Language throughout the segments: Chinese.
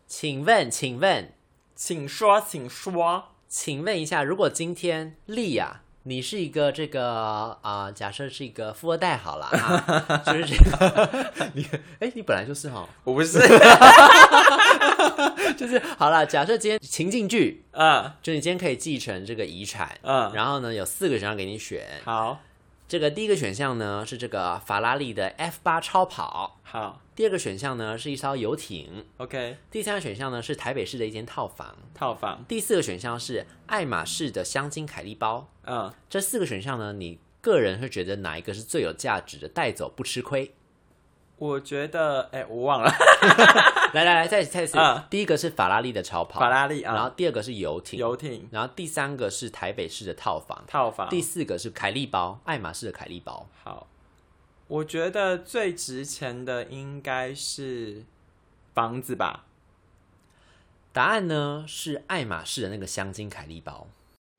请问， 请说， 请问一下，如果今天丽啊，你是一个这个假设是一个富二代好了啊，就是这个你本来就是哈， 我不是， 就是好了，假设今天情境剧就你今天可以继承这个遗产，然后呢有4个选项给你选， 好， 这个第一个选项呢是这个法拉利的 F8 超跑， 好， 第二个选项呢是一艘游艇 ，OK， 第三个选项呢是台北市的一间套房，第4个选项是爱马仕的香精凯利包，这4个选项呢，你个人会觉得哪一个是最有价值的，带走不吃亏？ 我觉得，我忘了。 来，再一次。第一个是法拉利的超跑， 法拉利然后第二个是游艇，然后第三个是台北市的套房，第4个是凯利包，爱马仕的凯利包。 好，我觉得最值钱的应该是房子吧。 答案呢是爱马仕的那个香精凯利包。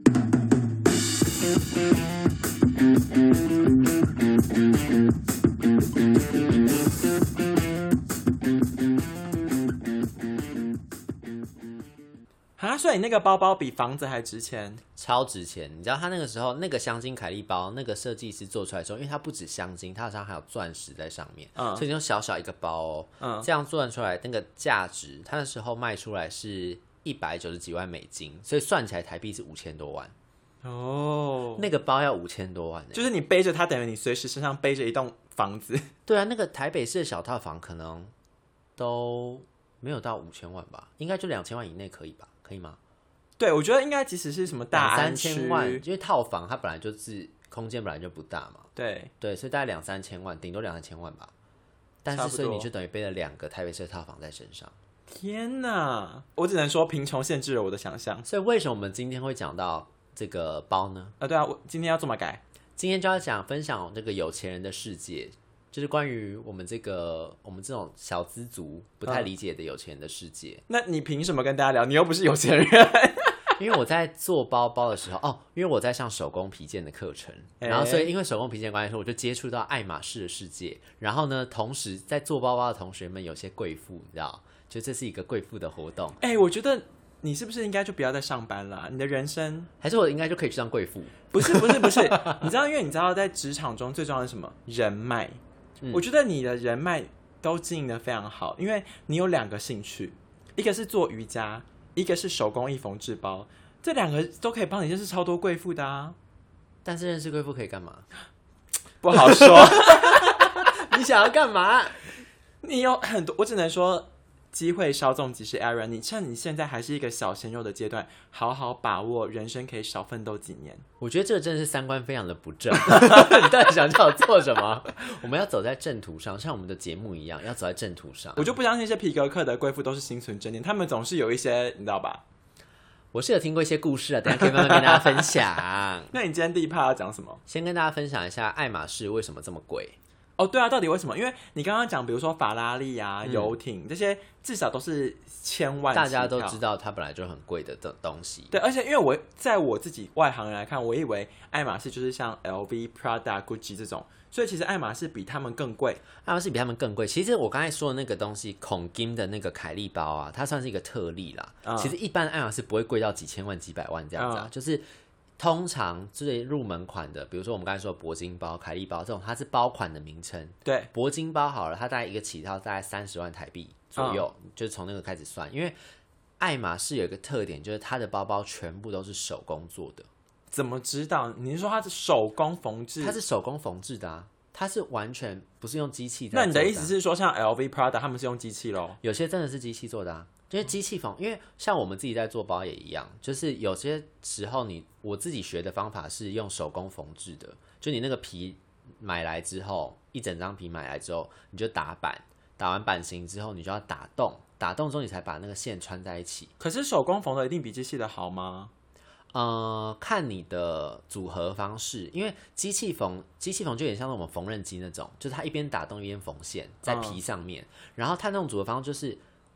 所以你那个包包比房子还值钱， 超值钱。你知道他那个时候那个香精凯利包，那个设计师做出来之后，因为它不止香精，它好像还有钻石在上面，所以你用小小一个包这样做出来那个价值，它那时候卖出来是190几万美金，所以算起来台币是5000多万。那个包要5000多万， 就是你背着它，等于你随时身上背着一栋房子。 对啊，那个台北市的小套房可能都没有到5000万吧，应该就2000万以内可以吧？可以吗？ 对，我觉得应该即使是什么大安区 2-3000万，因为套房它本来就是空间本来就不大嘛。 对， 所以大概2-3000万，顶多2-3000万吧。但是所以你就等于背了2个台北市的套房在身上。 天哪！我只能说贫穷限制了我的想象。 所以为什么我们今天会讲到这个包呢？ 对啊，我今天要这么改？ 今天就要分享这个有钱人的世界。就是关于我们这种小资族不太理解的有钱人的世界。 那你凭什么跟大家聊？你又不是有钱人。 因为我在做包包的时候，因为我在上手工皮件的课程，然后所以因为手工皮件关系，我就接触到爱马仕的世界。然后呢，同时在做包包的同学们有些贵妇，你知道，就这是一个贵妇的活动。 我觉得你是不是应该就不要再上班了？你的人生还是我应该就可以去当贵妇？ 不是，你知道，因为你知道在职场中最重要的是什么？人脉。我觉得你的人脉都经营得非常好，因为你有2个兴趣，一个是做瑜伽，一个是手工艺缝制包，这2个都可以帮你认识超多贵妇的啊。 但是认识贵妇可以干嘛？ 不好说。 你想要干嘛？ 你有很多，我只能说机会稍纵即逝 Aaron， 你趁你现在还是一个小鲜肉的阶段，好好把握人生，可以少奋斗几年。 我觉得这个真的是3观非常的不正。你到底想叫我做什么？我们要走在正途上，像我们的节目一样，要走在正途上。 我就不相信那些皮革课的贵妇都是心存正念，他们总是有一些，你知道吧？ 我是有听过一些故事啊，等一下可以慢慢跟大家分享。 那你今天第一 part 要讲什么？ 先跟大家分享一下爱马仕为什么这么贵。 对啊，到底为什么？因为你刚刚讲，比如说法拉利啊、游艇这些，至少都是千万起跳， 大家都知道它本来就很贵的东西。 对，而且因为在我自己外行人来看，我以为爱马仕就是像 LV、Prada、Gucci 这种，所以其实爱马仕比他们更贵。 爱马仕比他们更贵。其实我刚才说的那个东西，孔金的那个凯利包啊，它算是一个特例啦。其实一般爱马仕不会贵到几千万、几百万这样子啊，就是通常最入门款的，比如说我们刚才说的铂金包、凯利包这种，它是包款的名称。 对， 铂金包好了，它大概一个起跳大概30万台币左右，就是从那个开始算。因为爱马仕有一个特点，就是它的包包全部都是手工做的。 怎么知道？你是说它是手工缝制？ 它是手工缝制的啊，它是完全不是用机器在做的。 那你的意思是说，像 LV、Prada 他们是用机器咯？ 有些真的是机器做的啊。就是机器缝，因为像我们自己在做包也一样，就是有些时候我自己学的方法是用手工缝制的，就你那个皮买来之后，一整张皮买来之后，你就打板，打完版型之后，你就要打洞，打洞之后你才把那个线穿在一起。 可是手工缝的一定比机器的好吗？ 看你的组合方式，因为机器缝就有点像是我们缝纫机那种，就是它一边打洞一边缝线在皮上面，然后它那种组合方式就是。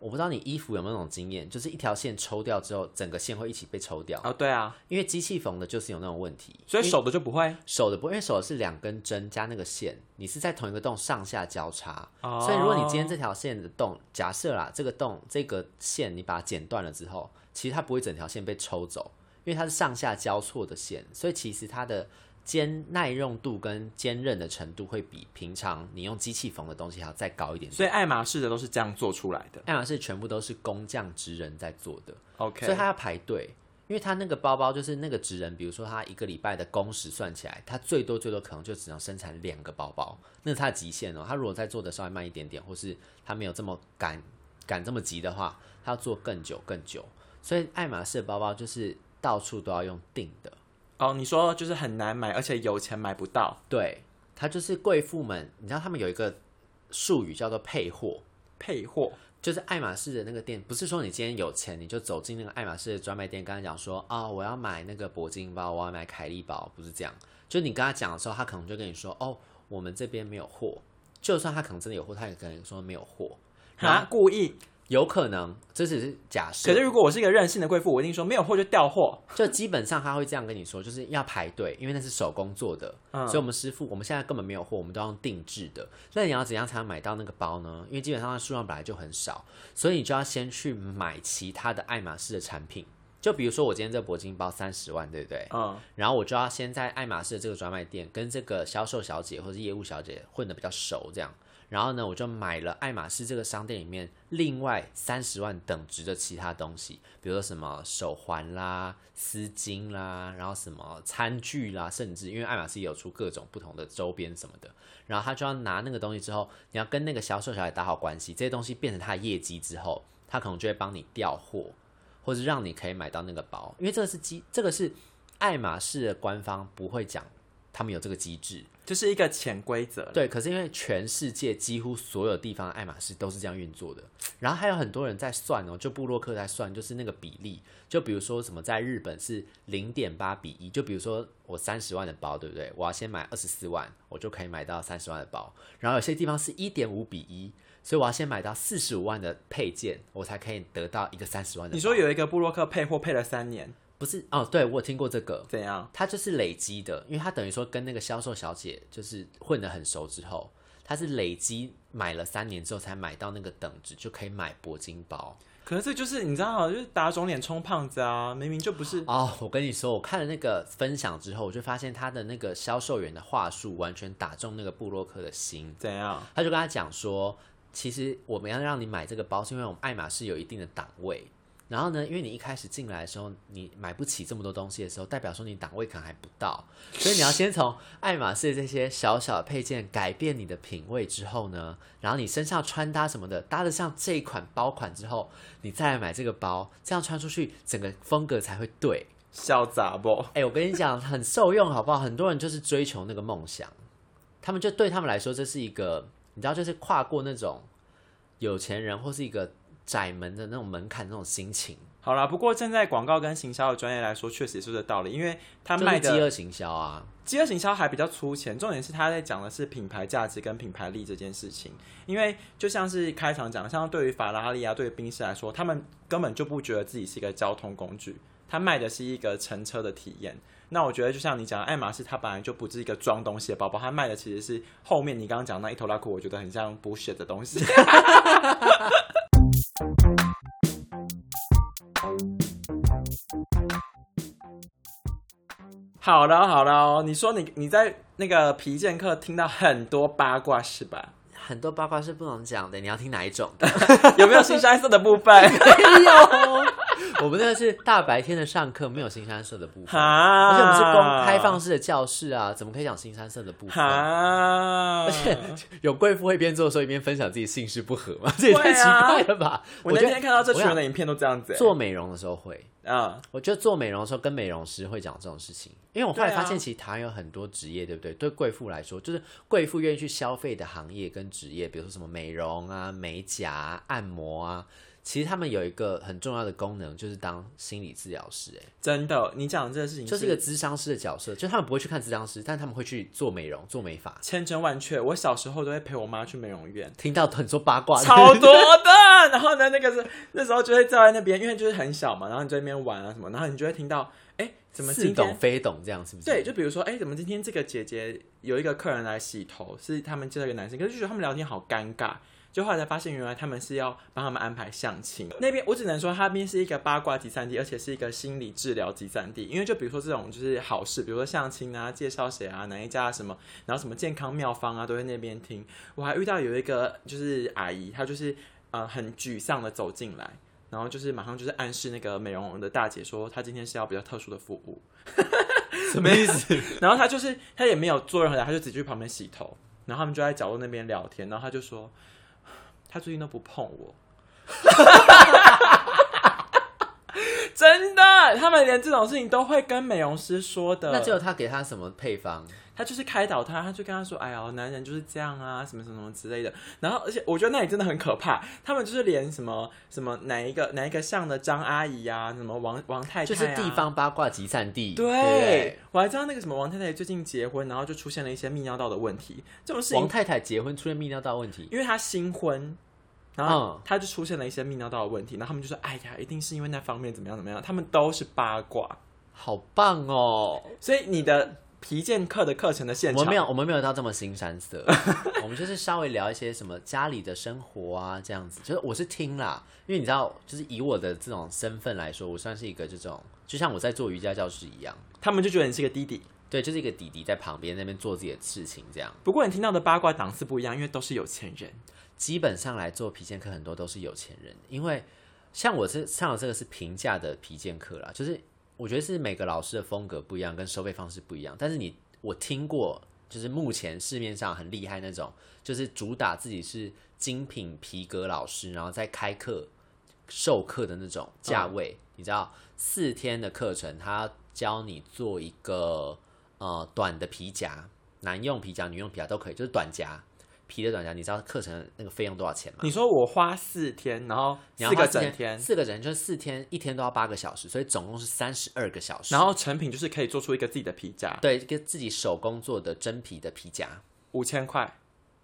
我不知道你衣服有没有那种经验，就是一条线抽掉之后，整个线会一起被抽掉。 对啊， 因为机器缝的就是有那种问题， 所以手的就不会。 手的不会，因为手的是2根针加那个线，你是在同一个洞上下交叉，所以如果你今天这条线的洞，假设啦，这个洞这个线你把它剪断了之后，其实它不会整条线被抽走，因为它是上下交错的线，所以其实它的耐用度跟坚韧的程度会比平常你用机器缝的东西还要再高一点点。 所以爱马仕的都是这样做出来的， 爱马仕全部都是工匠职人在做的。 OK， 所以他要排队，因为他那个包包就是那个职人，比如说他1个礼拜的工时算起来，他最多可能就只能生产2个包包，那是他的极限哦。他如果再做的稍微慢一点点，或是他没有这么赶这么急的话，他要做更久。所以爱马仕的包包就是到处都要用订的。 你说就是很难买，而且有钱买不到。 对，他就是贵妇们，你知道他们有一个术语叫做配货。 配货就是爱马仕的那个店，不是说你今天有钱你就走进那个爱马仕的专卖店，跟他讲说我要买那个铂金包，我要买凯利包，不是这样。就你跟他讲的时候，他可能就跟你说我们这边没有货。就算他可能真的有货，他也可能说没有货。 故意。 有可能，这只是假设。 可是如果我是一个任性的贵妇，我一定说没有货就调货。 就基本上他会这样跟你说，就是要排队，因为那是手工做的，所以我们师傅我们现在根本没有货，我们都要用定制的。那你要怎样才能买到那个包呢？因为基本上它数量本来就很少，所以你就要先去买其他的爱马仕的产品。就比如说我今天这铂金包30万，对不对？然后我就要先在爱马仕的这个专卖店跟这个销售小姐或是业务小姐混得比较熟，这样。然后呢，我就买了爱马仕这个商店里面另外30万等值的其他东西，比如说什么手环啦、丝巾啦，然后什么餐具啦，甚至因为爱马仕也有出各种不同的周边什么的，然后他就要拿那个东西之后，你要跟那个销售小姐打好关系，这些东西变成他的业绩之后，他可能就会帮你调货，或者让你可以买到那个包，因为这个是爱马仕的官方不会讲，他们有这个机制。 就是一个潜规则。 对，可是因为全世界几乎所有地方的爱马仕都是这样运作的，然后还有很多人在算就部落客在算，就是那个比例，就比如说什么在日本是 0.8:1， 就比如说我30万的包，对不对？我要先买24万，我就可以买到30万的包，然后有些地方是 1.5:1，所以我要先买到45万的配件，我才可以得到一个30万的包。 你说有一个部落客配货配了3年？ 不是对，我有听过这个。 怎样？ 他就是累积的，因为他等于说跟那个销售小姐就是混得很熟之后，他是累积买了3年之后才买到那个等值，就可以买铂金包。 可是这就是你知道，就是打肿脸充胖子啊！明明就不是我跟你说，我看了那个分享之后，我就发现他的那个销售员的话术完全打中那个部落客的心。 怎样？ 他就跟他讲说，其实我们要让你买这个包，是因为我们爱马仕有一定的档位。然后呢，因为你一开始进来的时候，你买不起这么多东西的时候，代表说你档位可能还不到，所以你要先从爱马仕这些小小的配件改变你的品味之后呢，然后你身上穿搭什么的搭得上这一款包款之后，你再来买这个包，这样穿出去整个风格才会对。 小杂不？ 我跟你讲，很受用，好不好？很多人就是追求那个梦想，他们就对他们来说，这是一个你知道，就是跨过那种有钱人或是一个窄门的那种门槛，那种心情。 好啦，不过站在广告跟行销的专业来说，确实是这个道理，因为他卖的就是饥饿行销啊， 饥饿行销还比较粗浅，重点是他在讲的是品牌价值跟品牌力这件事情。因为就像是开场讲，像对于法拉利啊，对于宾士来说，他们根本就不觉得自己是一个交通工具，他卖的是一个乘车的体验。那我觉得就像你讲的，爱马仕它本来就不是一个装东西的包包，它卖的其实是后面你刚刚讲的那一头拉裤，我觉得很像 bullshit 的东西。好了好了，你说你在那个皮件课听到很多八卦是吧？ 很多八卦是不能讲的，你要听哪一种的？ 有没有新山色的部分？ 没有，我们那个是大白天的上课，没有新山色的部分，而且我们是公开放式的教室啊，怎么可以讲新山色的部分？而且有贵妇会边做的时候一边分享自己性事不合吗？这也太奇怪了吧！ 我那天看到这群人的影片都这样子。 做美容的时候会我觉得做美容的时候跟美容师会讲这种事情，因为我后来发现其实台湾有很多职业，对不对？对贵妇来说，就是贵妇愿意去消费的行业跟职业，比如说什么美容啊、美甲啊、按摩啊， 其实他们有一个很重要的功能，就是当心理治疗师。 真的，你讲的这个事情就是一个咨商师的角色，就他们不会去看咨商师，但他们会去做美容、做美发， 千真万确。我小时候都会陪我妈去美容院， 听到很多八卦， 超多的。然后呢，那时候就会站在那边，因为就是很小嘛，然后你在那边玩啊什么，然后你就会听到，怎么今天似懂非懂这样是不是？ 对，就比如说，怎么今天这个姐姐有一个客人来洗头，是他们介绍一个男生，可是就觉得他们聊天好尴尬。就后来才发现，原来他们是要帮他们安排相亲。那边我只能说，他那边是一个八卦集散地，而且是一个心理治疗集散地。因为就比如说这种就是好事，比如说相亲啊、介绍谁啊、哪一家什么，然后什么健康妙方啊，都在那边听。我还遇到有一个就是阿姨，她就是很沮丧的走进来，然后就是马上就是暗示那个美容的大姐说，她今天是要比较特殊的服务。 什么意思？ 然后她也没有做任何的，她就直接去旁边洗头，然后他们就在角落那边聊天，然后她就说。他最近都不碰我，真的，他们连这种事情都会跟美容师说的。 那只有他给他什么配方？ 他就是开导他，他就跟他说：“哎呀，男人就是这样啊，什么什么什么之类的。”然后，而且我觉得那里真的很可怕。他们就是连什么哪一个像的张阿姨啊，什么王太太、啊， 就是地方八卦集散地。 对，我还知道那个什么王太太最近结婚，然后就出现了一些泌尿道的问题。这种事情， 王太太结婚出现泌尿道问题， 因为她新婚。然后他就出现了一些泌尿道的问题，然后他们就说：“哎呀，一定是因为那方面怎么样怎么样。”他们都是八卦， 好棒哦！ 所以你的皮健课的课程的现场， 我们没有到这么腥膻色，我们就是稍微聊一些什么家里的生活啊，这样子。就是我是听啦，因为你知道，就是以我的这种身份来说，我算是一个这种，就像我在做瑜伽教室一样， 他们就觉得你是个弟弟。 对，就是一个弟弟在旁边那边做自己的事情，这样。 不过你听到的八卦档次不一样，因为都是有钱人。 基本上来做皮健课，很多都是有钱人，因为像我上的这个是平价的皮健课啦，就是我觉得是每个老师的风格不一样，跟收费方式不一样。但是我听过，就是目前市面上很厉害那种，就是主打自己是精品皮革老师，然后再开课授课的那种价位，你知道4天的课程，他教你做一个短的皮夹，男用皮夹、女用皮夹都可以，就是短夹。皮的短夹，你知道课程那个费用多少钱吗？ 你说我花4天，然后4个整天 ，4个整天就是4天，一天都要8个小时，所以总共是32个小时。 然后成品就是可以做出一个自己的皮夹， 对，一个自己手工做的真皮的皮夹 ，5000块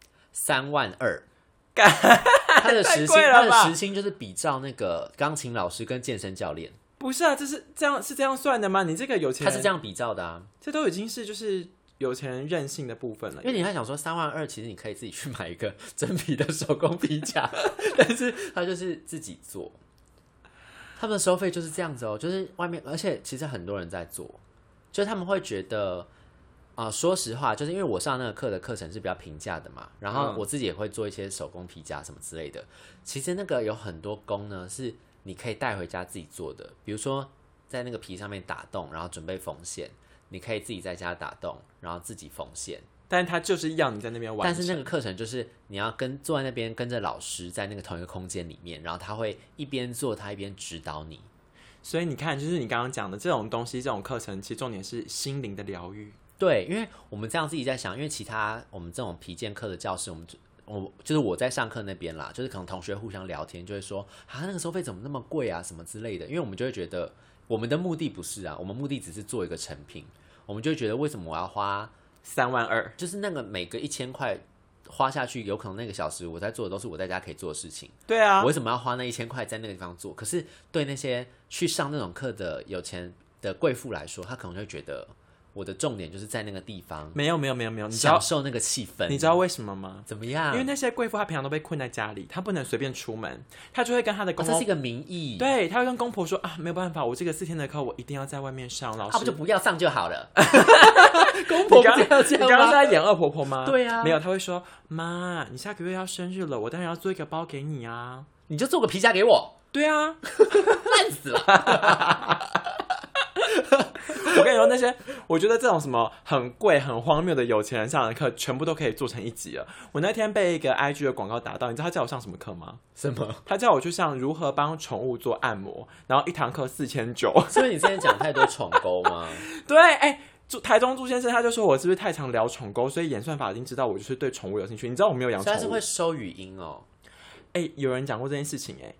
，32000。 他的时薪就是比照那个钢琴老师跟健身教练。 不是啊，是这样算的吗？你这个有钱人， 他是这样比照的啊， 这都已经是就是有钱人任性的部分了。 因为你还想说32000，其实你可以自己去买一个真皮的手工皮夹，但是他就是自己做。他们的收费就是这样子哦，就是外面，而且其实很多人在做，就是他们会觉得，说实话，就是因为我上那个课的课程是比较平价的嘛，然后我自己也会做一些手工皮夹什么之类的。其实那个有很多工呢，是你可以带回家自己做的，比如说在那个皮上面打洞，然后准备缝线，你可以自己在家打洞，然后自己缝线。 但他就是要你在那边完成。 但是那个课程就是你要坐在那边跟着老师在那个同一个空间里面，然后他会一边做他一边指导你。 所以你看，就是你刚刚讲的这种东西，这种课程其实重点是心灵的疗愈。 对，因为我们这样自己在想，因为其他我们这种皮健课的教室，就是我在上课那边啦，就是可能同学互相聊天就会说啊，那个收费怎么那么贵啊什么之类的，因为我们就会觉得我们的目的不是啊，我们目的只是做一个成品，我们就会觉得为什么我要花 32000， 就是那个每个1000块花下去，有可能那个小时我在做的都是我在家可以做的事情。 对啊， 我为什么要花那1000块在那个地方做？可是对那些去上那种课的有钱的贵妇来说，他可能会觉得我的重点就是在那个地方， 没有，你享受那个气氛。 你知道为什么吗？ 怎么样？ 因为那些贵妇她平常都被困在家里，她不能随便出门，她就会跟她的公婆， 这是一个名义。 对，她会跟公婆说啊，没有办法，我这个4天的课我一定要在外面上，老师不就不要上就好了。公婆不要这样吗？ 你刚刚是在演恶婆婆吗？ 对啊， 没有，她会说妈，你下个月要生日了，我当然要做一个包给你啊， 你就做个皮夹给我。 对啊， 烂死了。 我跟你说，那些我觉得这种什么很贵很荒谬的有钱人上的课，全部都可以做成一集了。我那天被一个 IG 的广告打到，你知道他叫我上什么课吗？ 什么？ 他叫我去上如何帮宠物做按摩，然后1堂课4900。 所以你之前讲太多宠沟吗？ 对，台中朱先生他就说我是不是太常聊宠沟，所以演算法已经知道我就是对宠物有兴趣。你知道我没有养宠物， 他是会收语音哦。 有人讲过这件事情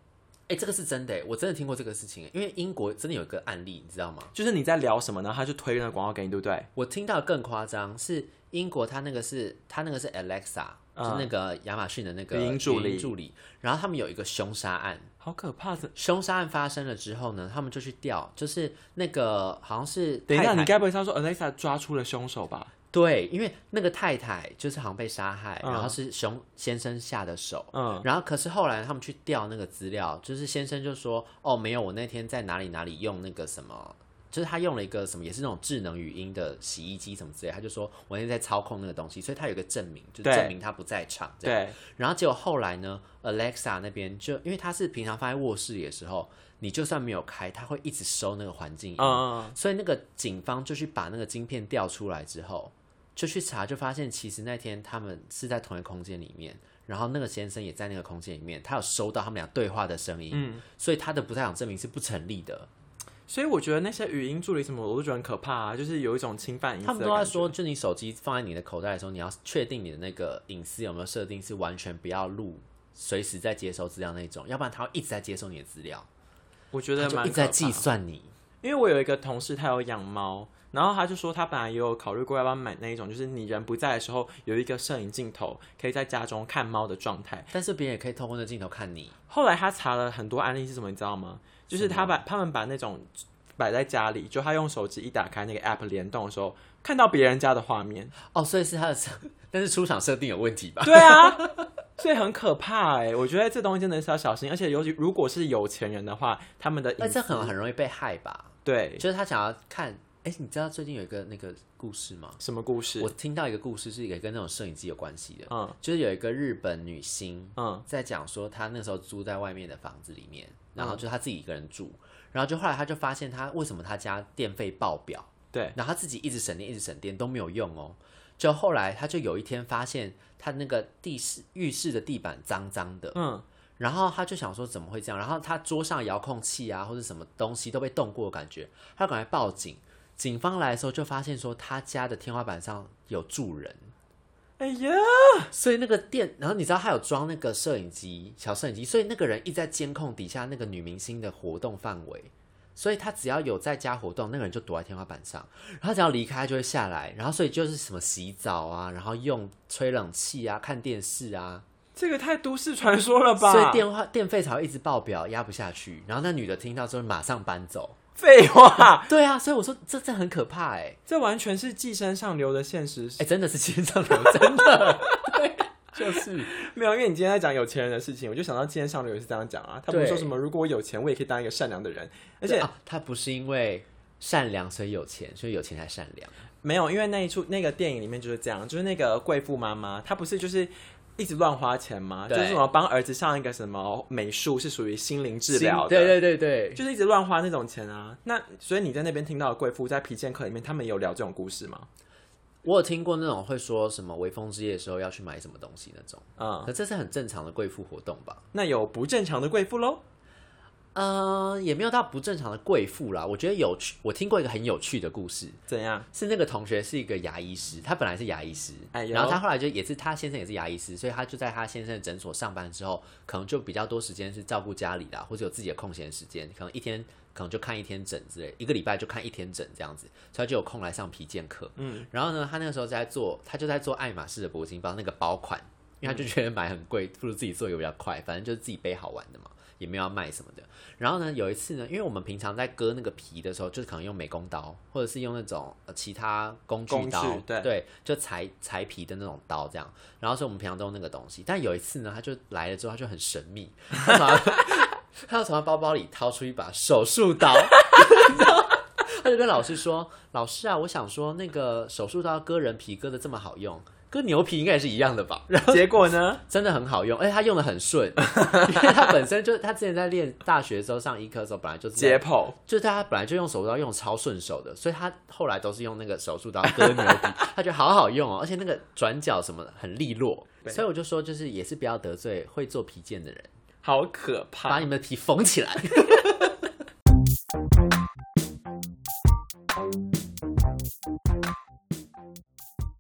这个是真的，我真的听过这个事情，因为英国真的有一个案例，你知道吗？ 就是你在聊什么呢，他就推那个广告给你，对不对？ 我听到更夸张，是英国他那个是 Alexa，就是那个亚马逊的那个语音助理，然后他们有一个凶杀案， 好可怕的凶杀案发生了之后呢，他们就去调，就是那个好像是等一下，你该不会是要说 Alexa 抓出了凶手吧？ 对，因为那个太太就是好像被杀害，然后是先生下的手，然后可是后来他们去调那个资料，就是先生就说没有，我那天在哪里用那个什么，就是他用了一个什么也是那种智能语音的洗衣机什么之类，他就说我那天在操控那个东西，所以他有一个证明，就是证明他不在场这样。对，然后结果后来呢 ，Alexa 那边就因为他是平常放在卧室里的时候，你就算没有开，他会一直收那个环境音，所以那个警方就去把那个晶片调出来之后。就去查，就发现其实那天他们是在同一个空间里面，然后那个先生也在那个空间里面，他有收到他们俩对话的声音，所以他的不在场证明是不成立的。 所以我觉得那些语音助理什么，我都觉得很可怕啊，就是有一种侵犯隐私的感觉。 他们都在说，就你手机放在你的口袋的时候，你要确定你的那个隐私有没有设定是完全不要录，随时在接收资料那种，要不然他会一直在接收你的资料。 我觉得蛮可怕， 就一直在计算你。 因为我有一个同事，他有养猫。然后他就说，他本来也有考虑过要不要买那一种，就是你人不在的时候，有一个摄影镜头，可以在家中看猫的状态。 但是别人也可以透过那镜头看你。 后来他查了很多案例是什么，你知道吗？就是他们把那种摆在家里，就他用手机一打开那个 app 联动的时候，看到别人家的画面。 所以是他的，但是出厂设定有问题吧？ 对啊，所以很可怕我觉得这东西真的是要小心，而且尤其如果是有钱人的话，他们的隐私这很容易被害吧？ 对， 就是他想要看。你知道最近有一个那个故事吗？ 什么故事？ 我听到一个故事，是也跟那种摄影机有关系的。就是有一个日本女星，在讲说她那时候租在外面的房子里面，然后就她自己一个人住，然后就后来她就发现她为什么她家电费爆表， 对， 然后她自己一直省电都没有用就后来她就有一天发现她那个浴室的地板脏脏的，然后他就想说怎么会这样，然后他桌上遥控器啊或者什么东西都被动过的感觉，他赶快报警。警方来的时候就发现说他家的天花板上有住人， 哎呀！ 所以那个然后你知道他有装那个小摄影机，所以那个人一直在监控底下那个女明星的活动范围，所以他只要有在家活动，那个人就躲在天花板上，然后只要离开就会下来，然后所以就是什么洗澡啊，然后用吹冷气啊，看电视啊。 这个太都市传说了吧？ 所以电费才会一直爆表，压不下去。然后那女的听到之后马上搬走。 废话， 对啊，所以我说这很可怕这完全是寄生上流的现实。 真的是寄生上流，真的，对，就是没有，因为你今天在讲有钱人的事情，我就想到寄生上流也是这样讲啊。他不是说什么如果我有钱，我也可以当一个善良的人，而且他不是因为善良所以有钱，所以有钱才善良。 没有，因为那个电影里面就是这样，就是那个贵妇妈妈，她不是就是一直乱花钱吗？就是什么帮儿子上一个什么美术是属于心灵治疗的， 对， 就是一直乱花那种钱啊。那所以你在那边听到的贵妇在皮件课里面，他们有聊这种故事吗？ 我有听过那种会说什么微风之夜的时候要去买什么东西那种，可这是很正常的贵妇活动吧？ 那有不正常的贵妇咯？ 也没有到不正常的贵妇啦。我觉得我听过一个很有趣的故事。 怎样？ 是那个同学是一个牙医师，他本来是牙医师，然后他后来就他先生也是牙医师，所以他就在他先生的诊所上班之后，可能就比较多时间是照顾家里啦，或者有自己的空闲时间，可能一天可能就看1天诊之类，一个礼拜就看1天诊这样子，所以他就有空来上皮件课。然后呢，他那个时候他就在做爱马仕的铂金包那个包款，因为他就觉得买很贵，不如自己做一个比较快，反正就是自己背好玩的嘛。也没有要卖什么的。然后呢，有一次呢，因为我们平常在割那个皮的时候，就是可能用美工刀，或者是用那种其他工具刀，对，就裁皮的那种刀这样。然后所以我们平常都用那个东西。但有一次呢，他就来了之后，他就很神秘，他就从他包包里掏出一把手术刀，他就跟老师说：“老师啊，我想说那个手术刀割人皮割的这么好用。”跟牛皮应该也是一样的吧？ 然后结果呢， 真的很好用，而且他用的很顺，因为他本身就他之前在练大学的时候上医科的时候，本来就是解剖， 就是他本来就用手术刀用超顺手的，所以他后来都是用那个手术刀割牛皮，他觉得好好用而且那个转角什么的很利落，所以我就说就是也是不要得罪会做皮件的人， 好可怕， 把你们的皮缝起来。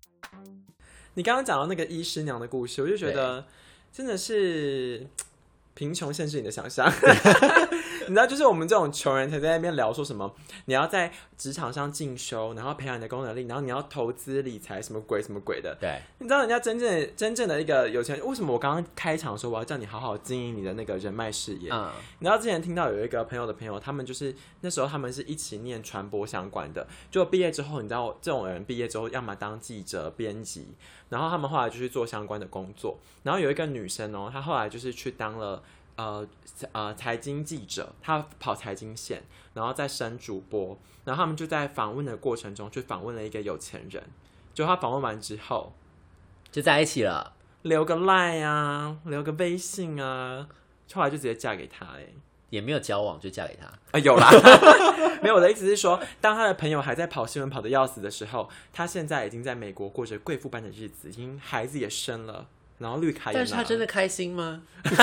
你刚刚讲到那个医师娘的故事，我就觉得真的是贫穷限制你的想象。你知道，就是我们这种穷人才在那边聊说什么，你要在职场上进修，然后培养你的功能力，然后你要投资理财，什么鬼什么鬼的。 对， 你知道人家真正的一个有钱人，为什么我刚刚开场说我要叫你好好经营你的那个人脉事业？你知道之前听到有一个朋友的朋友，他们就是那时候他们是一起念传播相关的，就毕业之后，你知道这种人毕业之后，要么当记者、编辑，然后他们后来就去做相关的工作。然后有一个女生哦，她后来就是去当了财经记者，她跑财经线，然后再升主播。然后他们就在访问的过程中去访问了一个有钱人，就他访问完之后就在一起了， 留个 LINE 啊，留个微信啊，后来就直接嫁给他也没有交往就嫁给他有啦。没有，我的意思是说，当他的朋友还在跑新闻跑得要死的时候，他现在已经在美国过着贵妇般的日子，已经孩子也生了，然后绿卡也拿了。 但是他真的开心吗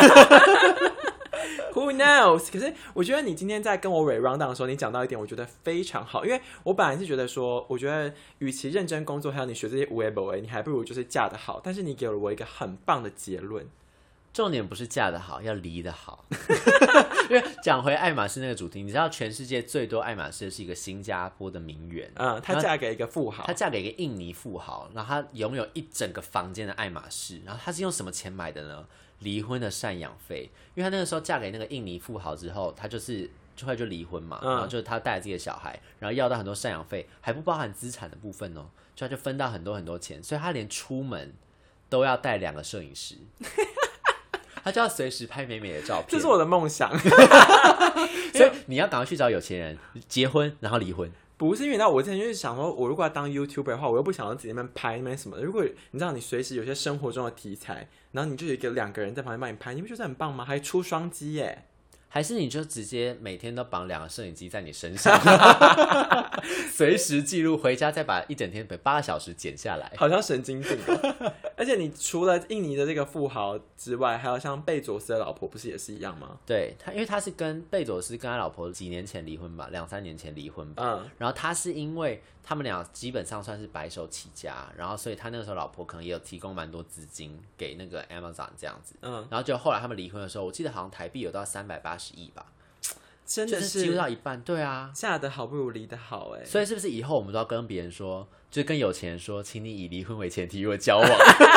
？Who knows？ 可是我觉得你今天在跟我蕊 round down 的时候，你讲到一点，我觉得非常好，因为我本来是觉得说，我觉得与其认真工作，还有你学这些无为不为，你还不如就是嫁得好。但是你给了我一个很棒的结论。 重点不是嫁得好，要离得好。因为讲回爱马仕那个主题，你知道全世界最多爱马仕的是一个新加坡的名媛， 她嫁给一个富豪， 她嫁给一个印尼富豪，然后她拥有一整个房间的爱马仕，然后她是用什么钱买的呢？离婚的赡养费，因为她那个时候嫁给那个印尼富豪之后，她就离婚嘛，然后就是她带着自己的小孩，然后要到很多赡养费，还不包含资产的部分哦，就她就分到很多很多钱，所以她连出门都要带2个摄影师。他就要随时拍美美的照片， 这是我的梦想。 所以你要赶快去找有钱人结婚，然后离婚。 不是因为我之前就是想说，我如果要当 YouTuber 的话，我又不想要自己那边拍那边什么的。如果你知道你随时有些生活中的题材，然后你就有2个人在旁边帮你拍，你不觉得很棒吗？还出双机耶！ 还是你就直接每天都绑2个摄影机在你身上，随时记录，回家再把一整天8个小时剪下来， 好像神经病。而且你除了印尼的这个富豪之外，还有像贝佐斯的老婆，不是也是一样吗？ 对，因为他是跟贝佐斯跟他老婆几年前离婚吧，2-3年前离婚吧。然后他是因为他们俩基本上算是白手起家，然后所以他那个时候老婆可能也有提供蛮多资金给那个 Amazon 这样子。然后就后来他们离婚的时候，我记得好像台币有到380亿吧。 真的是几乎到一半，对啊， 嫁得好不如离得好所以是不是以后我们都要跟别人说，就是跟有钱人说，请你以离婚为前提与我交往，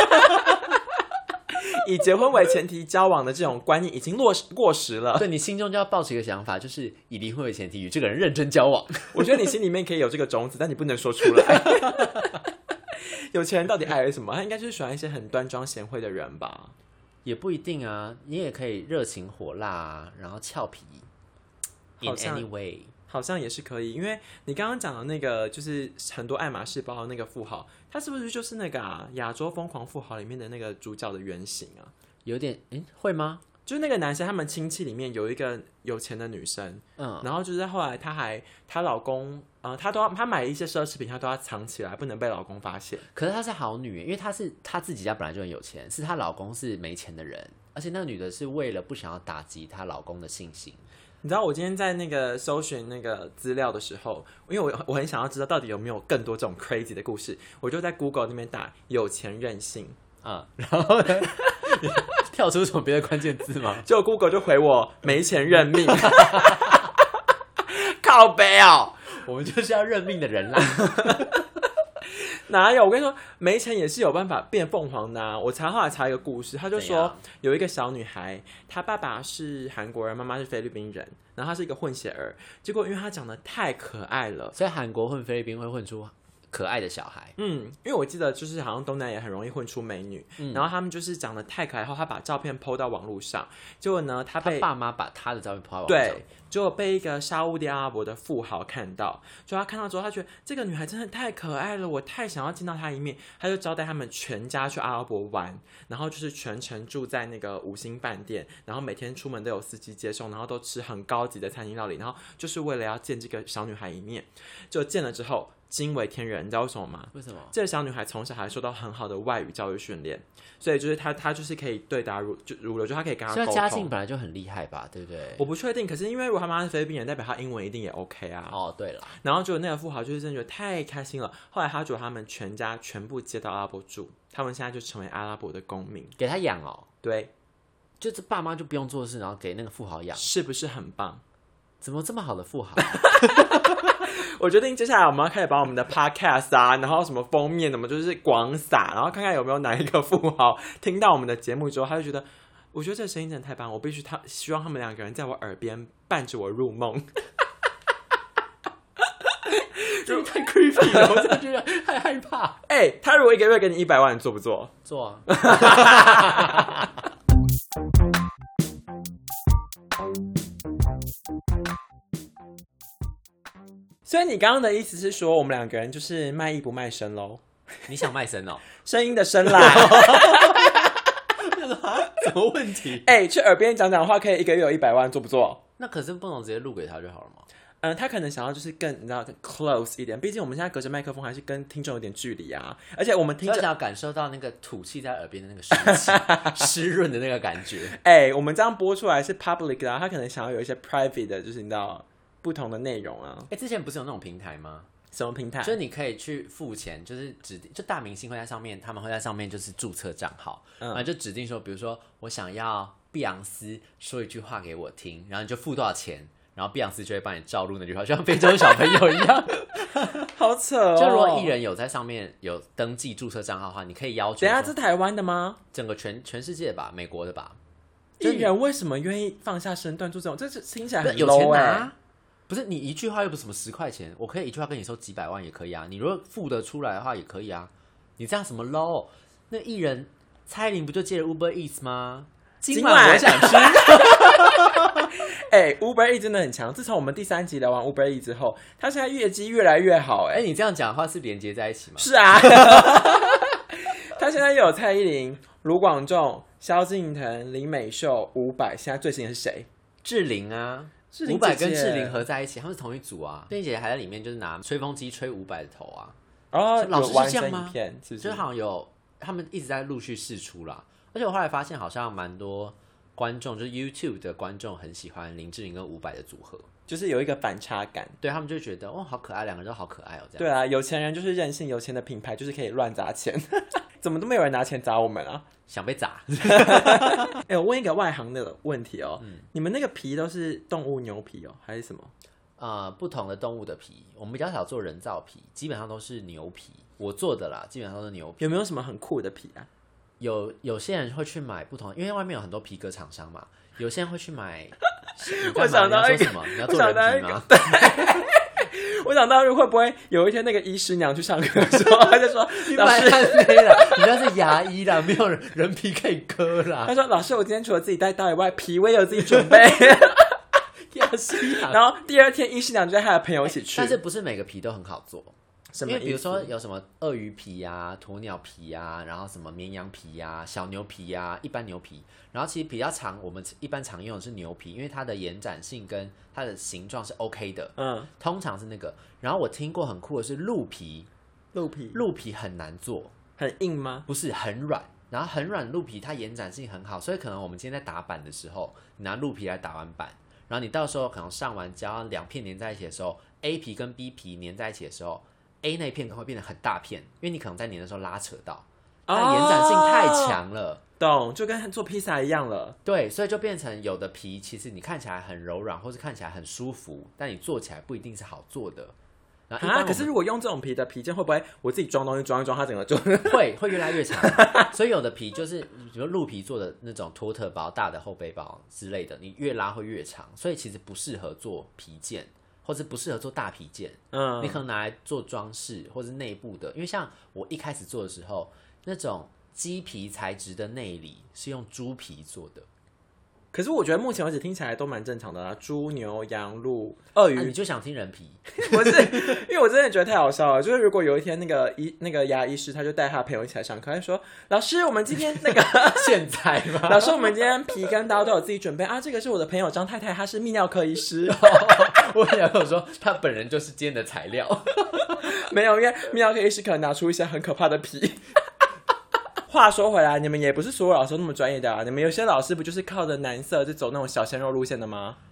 以结婚为前提交往的这种观念已经过时了。 对，你心中就要抱持一个想法，就是以离婚为前提与这个人认真交往。 我觉得你心里面可以有这个种子，但你不能说出来。有钱人到底爱的什么？他应该就是喜欢一些很端庄贤惠的人吧？ 也不一定啊，你也可以热情火辣啊，然后俏皮。In any way， 好像也是可以，因为你刚刚讲的那个，就是很多爱马仕包的那个富豪，他是不是就是那个亚洲疯狂富豪里面的那个主角的原型啊？ 有点，会吗？ 就是那个男生，他们亲戚里面有一个有钱的女生，然后就是后来她老公，她买一些奢侈品，她都要藏起来，不能被老公发现。 可是她是好女，因为她自己家本来就很有钱，是她老公是没钱的人，而且那个女的是为了不想要打击她老公的信心。 你知道我今天在那个搜寻那个资料的时候，因为我很想要知道到底有没有更多这种 crazy 的故事，我就在 Google 那边打有钱任性然后呢跳出什么别的关键字吗？ 结果 Google 就回我没钱认命。靠北哦， 我们就是要认命的人啦。 哪有？我跟你说，没钱也是有办法变凤凰的我后来查一个故事，他就说有一个小女孩，她爸爸是韩国人，妈妈是菲律宾人，然后她是一个混血儿。结果因为她长得太可爱了， 所以韩国混菲律宾会混出可爱的小孩。 因为我记得就是好像东南亚很容易混出美女，然后他们就是长得太可爱后，他把照片 po 到网络上，结果呢，他爸妈把他的照片 po 到网络上， 对，结果被一个沙烏地阿拉伯的富豪看到，就他看到之后，他觉得这个女孩真的太可爱了，我太想要见到她一面，他就招待他们全家去阿拉伯玩，然后就是全程住在那个5星饭店，然后每天出门都有司机接送，然后都吃很高级的餐厅料理，然后就是为了要见这个小女孩一面，就见了之后惊为天人，你知道为什么吗？ 为什么？ 这个小女孩从小还受到很好的外语教育训练，所以就是她就是可以对答如流，就她可以跟她沟通。 所以家境本来就很厉害吧，对不对？ 我不确定，可是因为如果她妈是菲律宾人，代表她英文一定也 OK 啊。 对了， 然后就那个富豪就是真的觉得太开心了，后来他就把他们全家全部接到阿拉伯住，他们现在就成为阿拉伯的公民， 给他养对。 就是爸妈就不用做事，然后给那个富豪养， 是不是很棒？ 怎么这么好的富豪？ 我决定接下来我们要开始把我们的 podcast 啊，然后什么封面什么就是广撒，然后看看有没有哪一个富豪听到我们的节目之后，他就觉得，我觉得这个声音真的太棒，我必须希望他们两个人在我耳边伴着我入梦。 这太 creepy 了，我真的觉得太害怕。 他如果一个月给你100万，你做不做？ 做啊。 所以你刚刚的意思是说，我们两个人就是卖艺不卖身咯？ 你想卖身哦？ 声音的声啦。 什么问题？ 去耳边讲讲话，可以一个月有100万，做不做？ 那可是不能直接录给他就好了吗？ 他可能想要就是更你知道更 close 一点，毕竟我们现在隔着麦克风，还是跟听众有点距离啊。而且我们听着， 想要感受到那个吐气在耳边的那个湿气、湿润的那个感觉。 我们这样播出来是 public 的，他可能想要有一些 private 的，就是你知道不同的内容啊。 之前不是有那种平台吗？ 什么平台？ 就是你可以去付钱，就是指定就大明星会在上面，他们会在上面就是注册账号，然后就指定说，比如说我想要碧昂斯说一句话给我听，然后你就付多少钱。然后碧昂斯就会帮你照录那句话，就像非洲小朋友一样， 好扯哦！ 就如果艺人有在上面有登记注册账号的话，你可以要求。 等一下，这是台湾的吗？ 整个全世界吧，美国的吧。 艺人为什么愿意放下身段做这种？这听起来很 low 有钱拿。不是你一句话又不是什么10块钱，我可以一句话跟你收几百万也可以啊。你如果付得出来的话也可以啊。你这样什么 low？ 那艺人蔡依林不就借了 Uber Eats 吗？今晚我想吃。 Uber Eats 真的很强。自从我们第3集聊完 Uber Eats 之后，他现在业绩越来越好。 你这样讲的话是连接在一起吗？ 是啊。他现在又有蔡依林、卢广仲、萧敬腾、林美秀、伍佰，现在最新的是谁？ 志玲啊。伍佰跟志玲合在一起，他们是同一组啊。志玲姐姐还在里面，就是拿吹风机吹伍佰的头啊。老师是这样吗？ 是不是？ 就好像有他们一直在陆续释出啦。而且我后来发现，好像蛮多观众，就是 YouTube 的观众很喜欢林志玲跟伍佰的组合， 就是有一个反差感。 对，他们就觉得好可爱，两个人都好可爱哦。这样。 对啊，有钱人就是任性，有钱的品牌就是可以乱砸钱。怎么都没有人拿钱砸我们啊？ 想被砸。 我问一个外行的问题哦，你们那个皮都是动物牛皮哦，还是什么？ 不同的动物的皮，我们比较少做人造皮，基本上都是牛皮。我做的啦，基本上都是牛皮。 有没有什么很酷的皮啊？ 有些人会去买不同，因为外面有很多皮革厂商嘛，有些人会去买。 我想到一个， 你要做人皮吗？ 我想到会不会有一天那个医师娘去上课的时候，他就说：“ 老师，你那是牙医啦，没有人皮可以割啦。” 他说：“老师，我今天除了自己带刀以外，皮我也有自己准备。”然后第二天医师娘就带他的朋友一起去， 但是不是每个皮都很好做。因为比如说有什么鳄鱼皮啊、鸵鸟皮啊，然后什么绵羊皮啊、小牛皮啊、一般牛皮，然后其实比较常我们一般常用的是牛皮，因为它的延展性跟它的形状是 OK 的，通常是那个。然后我听过很酷的是鹿皮，鹿皮很难做， 很硬吗？ 不是，很软，然后很软鹿皮它延展性很好，所以可能我们今天在打板的时候，你拿鹿皮来打完板，然后你到时候可能上完胶2片粘在一起的时候 ，A 皮跟 B 皮粘在一起的时候。A 那一片可能会变得很大片，因为你可能在粘的时候拉扯到，它的延展性太强了， 懂，就跟做披萨一样了。 对，所以就变成有的皮其实你看起来很柔软，或是看起来很舒服，但你做起来不一定是好做的。然后可是如果用这种皮的皮件，会不会我自己装东西装一装，它整个就会越来越长？所以有的皮就是比如鹿皮做的那种托特包、大的后背包之类的，你越拉会越长，所以其实不适合做皮件。或者不适合做大皮件，你可能拿来做装饰或是内部的，因为像我一开始做的时候，那种鸡皮材质的内里是用猪皮做的。 可是我觉得目前为止听起来都蛮正常的啦，猪、牛、羊、鹿、鳄鱼， 你就想听人皮？ 不是，因为我真的觉得太好笑了。就是如果有一天那个牙医师他就带他朋友一起来上课，他说：“老师，我们今天那个现在吗？ 老师，我们今天皮跟刀都有自己准备啊。这个是我的朋友张太太，她是泌尿科医师。 我想跟我说，他本人就是今天的材料。 没有，因为泌尿科医师可能拿出一些很可怕的皮。”话说回来，你们也不是所有老师都那么专业的啊！你们有些老师不就是靠着男色就走那种小鲜肉路线的吗？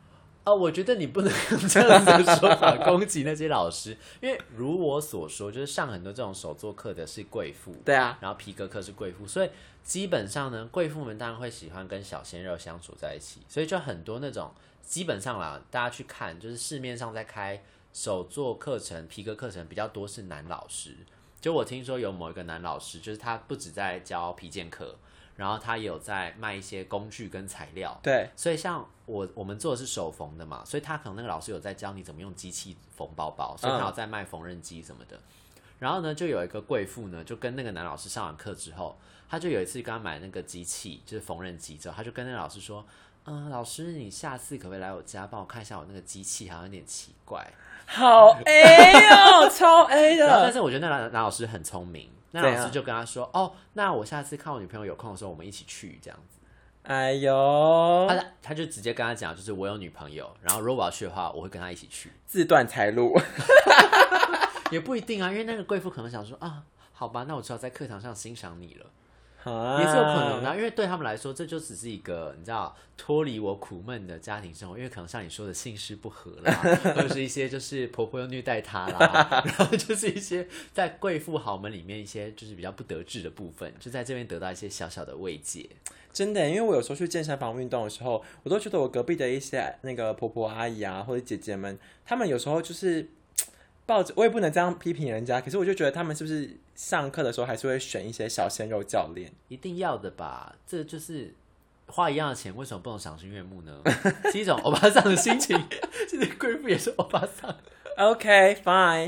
我觉得你不能用这样子的说法攻击那些老师，因为如我所说，就是上很多这种手作课的是贵妇， 对啊， 然后皮革课是贵妇，所以基本上呢，贵妇们当然会喜欢跟小鲜肉相处在一起，所以就很多那种基本上啦，大家去看，就是市面上在开手作课程、皮革课程比较多是男老师。就我听说有某一个男老师，就是他不只在教皮件课。然后他也有在卖一些工具跟材料， 对， 所以像我们做的是手缝的嘛，所以他可能那个老师有在教你怎么用机器缝包包，所以他有在卖缝纫机什么的。然后呢，就有一个贵妇呢，就跟那个男老师上完课之后，他就有一次跟他买那个机器，就是缝纫机之后，他就跟那个老师说：“老师，你下次可不可以来我家帮我看一下我那个机器，好像有点奇怪。” 好 A 哦，超 A 的。 但是我觉得那男老师很聪明。那老师就跟他说：“那我下次看我女朋友有空的时候，我们一起去这样子。” 哎呦， 他就直接跟他讲，就是我有女朋友，然后如果我要去的话，我会跟他一起去。 自断财路也不一定啊，因为那个贵妇可能想说好吧，那我只好在课堂上欣赏你了。也是有可能的，因为对他们来说，这就只是一个你知道脱离我苦闷的家庭生活，因为可能像你说的性事不合啦，或者是一些就是婆婆又虐待她啦，然后就是一些在贵妇豪门里面一些就是比较不得志的部分，就在这边得到一些小小的慰藉。 真的，因为我有时候去健身房运动的时候，我都觉得我隔壁的一些那个婆婆阿姨啊，或者姐姐们，她们有时候就是抱着，我也不能这样批评人家，可是我就觉得他们是不是上课的时候还是会选一些小鲜肉教练？ 一定要的吧，这就是花一样的钱，为什么不能赏心悦目呢？是一种欧巴桑的心情，这些贵妇也是欧巴桑。 OK fine。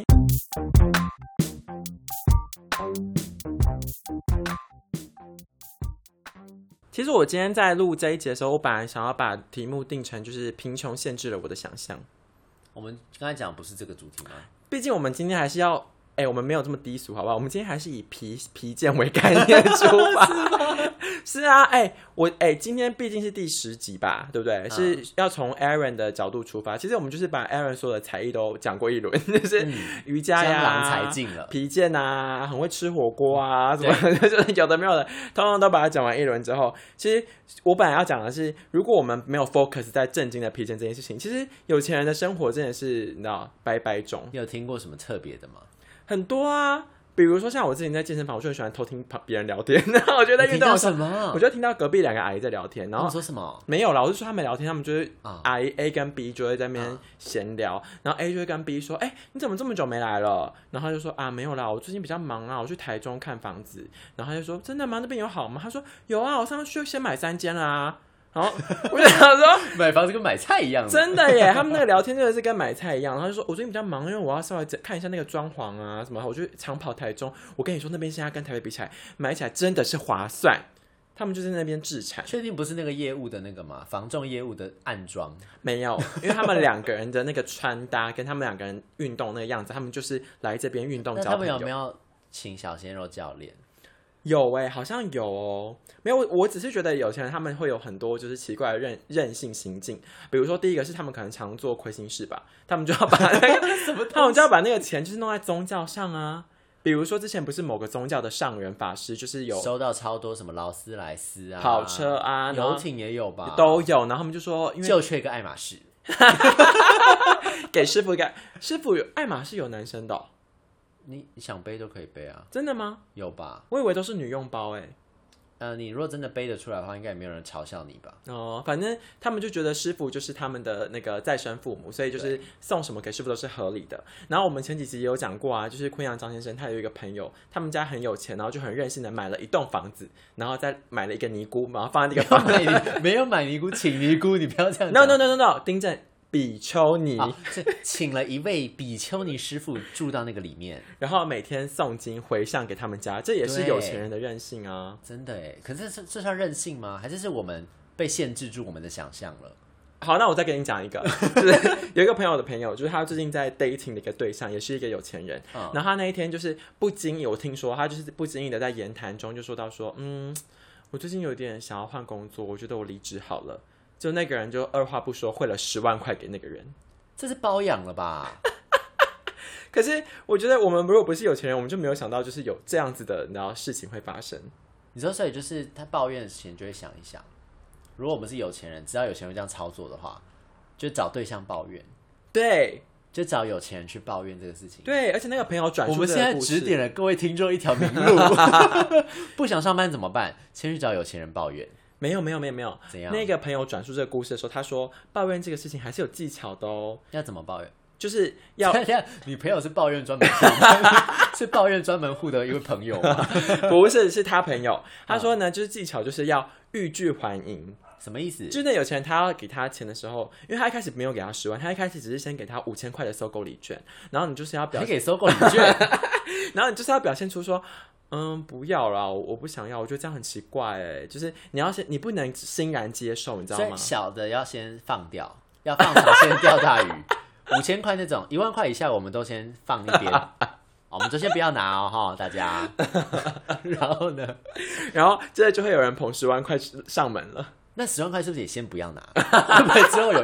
其实我今天在录这一集的时候，我本来想要把题目定成就是贫穷限制了我的想象。 我们刚才讲不是这个主题吗？ 毕竟我们今天还是要，我们没有这么低俗，好不好？我们今天还是以皮件为概念出发。是啊，今天毕竟是第10集吧，对不对？是要从 Aaron 的角度出发。其实我们就是把 Aaron 所有的才艺都讲过一轮，就是瑜伽呀、 江郎才尽了， 皮件啊，很会吃火锅啊，什么就是有的没有的，通通都把它讲完一轮之后，其实我本来要讲的是，如果我们没有 focus 在正经的皮件这件事情，其实有钱人的生活真的是你知道百百种。 你有听过什么特别的吗？ 很多啊。比如说，像我之前在健身房，我就很喜欢偷听别人聊天。然后我觉得在运动的时候，我就听到隔壁2个阿姨在聊天。然后说什么？ 没有啦，我是说他们聊天，他们就是阿姨 A 跟 B 就会在那边闲聊。然后 A 就会跟 B 说：“你怎么这么久没来了？”然后他就说：“没有啦，我最近比较忙啊，我去台中看房子。”然后他就说：“真的吗？那边有好吗？”他说：“有啊，我上次去先买3间啦。”然后我就想说， 买房子跟买菜一样， 真的耶！他们那个聊天真的是跟买菜一样。然后就说，我最近比较忙，因为我要稍微看一下那个装潢啊什么。我就常跑台中。我跟你说，那边现在跟台北比起来，买起来真的是划算。他们就在那边置产。 确定不是那个业务的那个吗？房仲业务的暗装没有，因为他们2个人的那个穿搭跟他们2个人运动那个样子，他们就是来这边运动交朋友。 他们有没有请小鲜肉教练？ 有好像有哦，没有，我只是觉得有钱人他们会有很多就是奇怪的任性行径，比如说第一个是他们可能常做亏心事吧，他们就要把那个他们就要把那个钱就是弄在宗教上啊，比如说之前不是某个宗教的上人法师就是有收到超多什么劳斯莱斯啊、 跑车啊、 游艇也有吧， 都有，然后他们就说因为就缺一个爱马仕， 给师傅一个，师傅有爱马仕有男生的你想背都可以背啊， 真的吗？ 有吧？ 我以为都是女用包你如果真的背得出来的话，应该也没有人嘲笑你吧？ 反正他们就觉得师傅就是他们的那个再生父母，所以就是送什么给师傅都是合理的。然后我们前几集也有讲过啊，就是昆阳张先生他有一个朋友，他们家很有钱，然后就很任性的买了一栋房子，然后再买了一个尼姑，然后放在那个房子没有买尼姑，请尼姑，你不要这样讲。 No， 丁正。比丘尼是请了一位比丘尼师傅住到那个里面， 然后每天诵经回向给他们家，这也是有钱人的任性啊！ 真的耶，可是这算任性吗？还是我们被限制住我们的想象了？ 好，那我再给你讲一个，就是有一个朋友的朋友，就是他最近在 dating 的一个对象，也是一个有钱人。然后他那一天就是不经意，我听说他就是不经意的在言谈中就说到说，我最近有点想要换工作，我觉得我离职好了。就那个人就二话不说汇了10万块给那个人， 这是包养了吧？ 可是我觉得我们如果不是有钱人，我们就没有想到就是有这样子的你知道事情会发生。 你说，所以就是他抱怨的事情就会想一想，如果我们是有钱人，知道有钱人这样操作的话， 就找对象抱怨， 对， 就找有钱人去抱怨这个事情。 对，而且那个朋友转述我们现在指点了各位听众一条明路。不想上班怎么办？先去找有钱人抱怨。 没有， 怎样？ 那个朋友转述这个故事的时候，他说抱怨这个事情还是有技巧的哦。 要怎么抱怨？ 就是要你朋友是抱怨专门户，是抱怨专门户的一位朋友吗？ 不是，是他朋友。他说呢，就是技巧就是要欲拒还迎。 什么意思？ 就是那有钱人他要给他钱的时候，因为他一开始没有给他10万，他一开始只是先给他5000块的搜狗礼券，然后你就是要表现还给搜狗礼券， 然后你就是要表现出说。不要啦，我不想要，我觉得这样很奇怪哎，就是你不能欣然接受，你知道吗？ 所以小的要先放掉，要放长线钓大鱼。5000块那种1万块以下，我们都先放一边，我们就先不要拿哦，哈，大家。然后呢？ 然后接着就会有人捧10万块上门了。 那10万块是不是也先不要拿？会不会之后有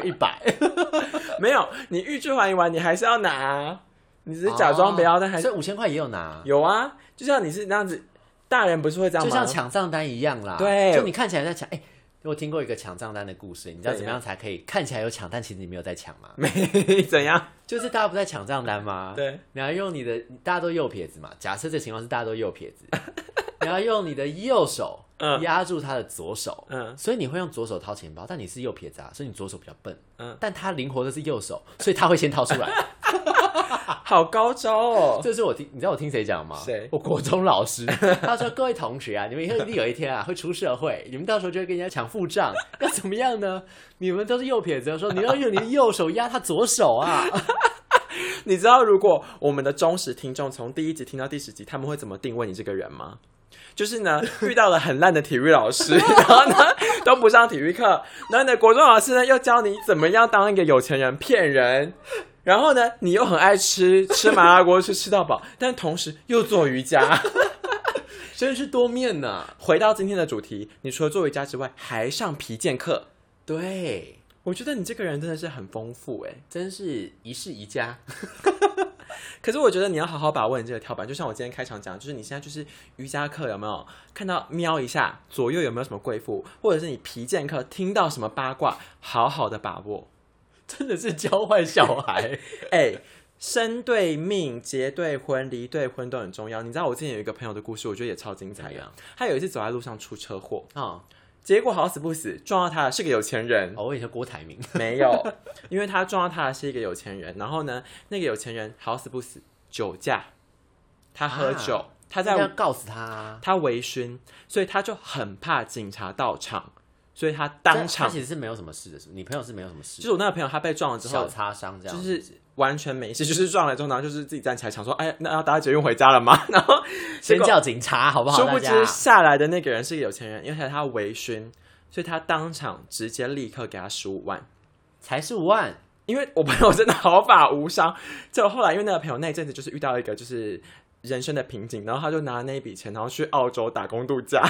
100？ 没有，你欲拒还迎完，你还是要拿。你只是假装不要，但还是所以5000块也有拿。 有啊，就像你是那样子，大人不是会这样吗？ 就像抢账单一样啦。 对， 就你看起来在抢，我听过一个抢账单的故事，你知道怎么样才可以看起来有抢，但其实你没有在抢吗？ 没怎样， 就是大家不在抢账单吗？ 对， 你要用你的，大家都右撇子嘛。假设这情况是大家都右撇子，你要用你的右手压住他的左手，所以你会用左手掏钱包，但你是右撇子啊，所以你左手比较笨，但他灵活的是右手，所以他会先掏出来。 好高招哦！ 这是你知道我听谁讲吗？ 谁？ 我国中老师，他说：“各位同学啊，你们以后一定有一天啊会出社会，你们到时候就会跟人家抢付账，要怎么样呢？你们都是右撇子，说你要用你的右手压他左手啊。” 你知道如果我们的忠实听众从第1集听到第10集，他们会怎么定位你这个人吗？就是呢，遇到了很烂的体育老师，然后呢都不上体育课，然后你的国中老师呢又教你怎么样当一个有钱人骗人。然后呢，你又很爱吃麻辣锅，吃到饱，但同时又做瑜伽， 真是多面呢。 回到今天的主题，你除了做瑜伽之外，还上皮健课。 对， 我觉得你这个人真的是很丰富真是一世宜家。 可是我觉得你要好好把握你这个跳板，就像我今天开场讲，就是你现在就是瑜伽课有没有看到瞄一下左右有没有什么贵妇，或者是你皮健课听到什么八卦，好好的把握。 真的是教坏小孩。 生对命、结对婚、离对婚都很重要。你知道我之前有一个朋友的故事，我觉得也超精彩的。他有一次走在路上出车祸，结果好死不死撞到他的是个有钱人。 我以为是郭台铭。 没有，因为他撞到他的是一个有钱人。然后呢，那个有钱人好死不死酒驾，他喝酒，他在要告死他， 他微醺，所以他就很怕警察到场。所以他当场， 他其实是没有什么事的，是不是？你朋友是没有什么事， 就是我那个朋友他被撞了之后小擦伤这样， 就是完全没事，就是撞了之后，然后就是自己站起来想说，那要搭捷运回家了吗？然后先叫警察好不好？ 殊不知下来的那个人是个有钱人，因为他微醺，所以他当场直接立刻给他15万， 才15万。 因为我朋友真的毫发无伤，结果后来因为那个朋友那一阵子就是遇到一个就是人生的瓶颈，然后他就拿那一笔钱，然后去澳洲打工度假。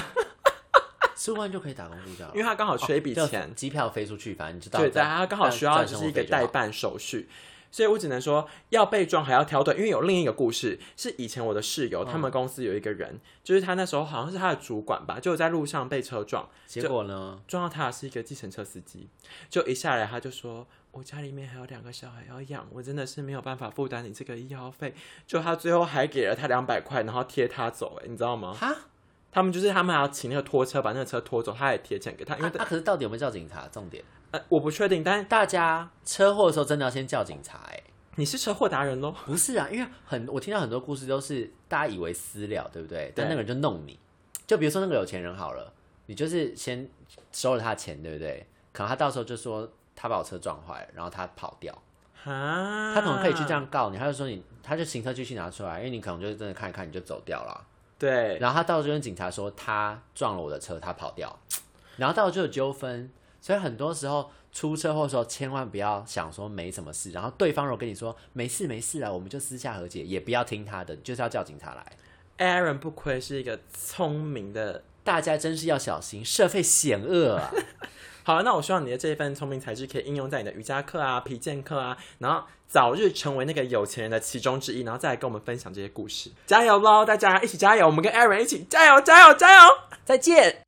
15万就可以打工度假了， 因为他刚好缺一笔钱， 机票飞出去，反正你知道。 对，他刚好需要就是一个代办手续，所以我只能说要被撞还要挑对。因为有另一个故事是以前我的室友，他们公司有一个人，就是他那时候好像是他的主管吧，就在路上被车撞， 结果呢撞到他的是一个计程车司机，就一下来他就说。我家里面还有2个小孩要养，我真的是没有办法负担你这个医药费。就他最后还给了他200块，然后贴他走，你知道吗？ 哈， 他们还要请那个拖车把那个车拖走，他也贴钱给他。因为可是到底有没有叫警察？重点， 我不确定。但是大家车祸的时候真的要先叫警察你是车祸达人咯？ 不是啊，因为我听到很多故事都是大家以为私了，对不对？但那个人就弄你，就比如说那个有钱人好了，你就是先收了他的钱，对不对？可能他到时候就说。他把我车撞坏了，然后他跑掉，他可能可以去这样告你，他就说他就行车记录器拿出来，因为你可能就是真的看一看你就走掉了， 对， 然后他到时候跟警察说他撞了我的车，他跑掉，然后到时候就有纠纷，所以很多时候出车祸的时候千万不要想说没什么事，然后对方如果跟你说没事没事啊，我们就私下和解，也不要听他的，就是要叫警察来。 Aaron 不愧是一个聪明的， 大家真是要小心，社会险恶啊。 好，那我希望你的这一份聪明才智可以应用在你的瑜伽课啊、皮健课啊，然后早日成为那个有钱人的其中之一，然后再来跟我们分享这些故事。加油咯，大家一起加油！我们跟 Aaron 一起加油，加油，加油！ 再见。